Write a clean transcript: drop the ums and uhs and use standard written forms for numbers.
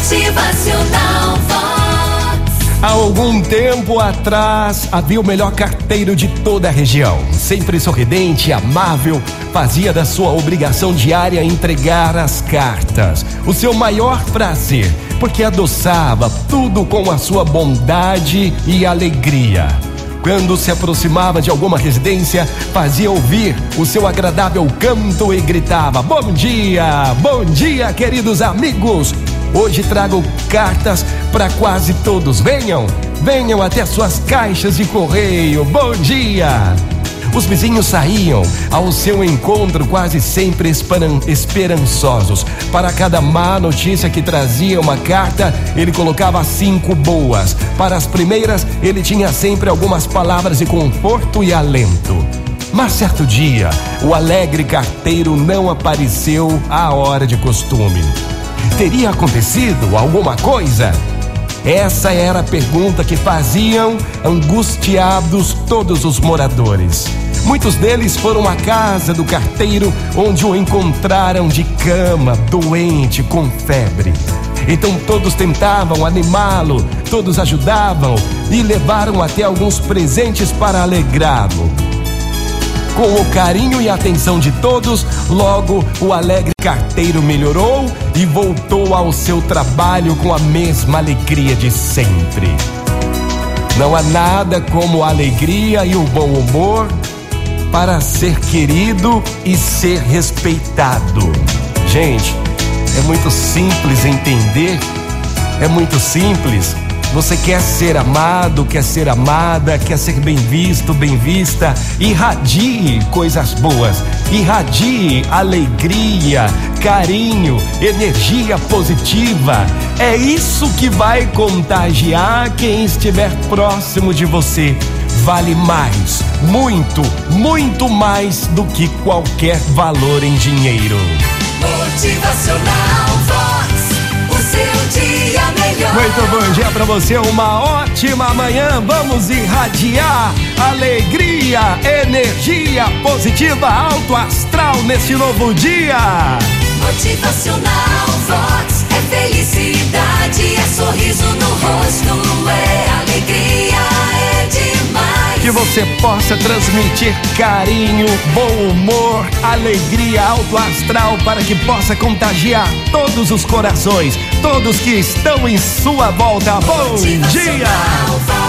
Motivacional Vox. Há algum tempo atrás, havia o melhor carteiro de toda a região. Sempre sorridente e amável, fazia da sua obrigação diária entregar as cartas. O seu maior prazer, porque adoçava tudo com a sua bondade e alegria. Quando se aproximava de alguma residência, fazia ouvir o seu agradável canto e gritava: bom dia, queridos amigos. Hoje trago cartas para quase todos. Venham até suas caixas de correio. Bom dia! Os vizinhos saíam ao seu encontro quase sempre esperançosos. Para cada má notícia que trazia uma carta, ele colocava 5 boas. Para as primeiras, ele tinha sempre algumas palavras de conforto e alento. Mas certo dia, o alegre carteiro não apareceu à hora de costume. Teria acontecido alguma coisa? Essa era a pergunta que faziam angustiados todos os moradores. Muitos deles foram à casa do carteiro, onde o encontraram de cama, doente, com febre. Então todos tentavam animá-lo, todos ajudavam e levaram até alguns presentes para alegrá-lo. Com o carinho e a atenção de todos, logo o alegre carteiro melhorou e voltou ao seu trabalho com a mesma alegria de sempre. Não há nada como a alegria e o bom humor para ser querido e ser respeitado. Gente, é muito simples entender, é muito simples. Você quer ser amado, quer ser amada, quer ser bem visto, bem vista. Irradie coisas boas, irradie alegria, carinho, energia positiva. É isso que vai contagiar quem estiver próximo de você. Vale mais, muito, muito mais do que qualquer valor em dinheiro. Motivacional Vox, o seu dia melhor. Muito bom dia pra você, uma ótima manhã. Vamos irradiar alegria, energia positiva, alto astral neste novo dia. Motivacional Vox é felicidade, é sorriso no rosto, é alegria, é demais. Que você possa transmitir carinho, bom humor, alegria, alto astral, para que possa contagiar todos os corações, todos que estão em sua volta. Bom dia!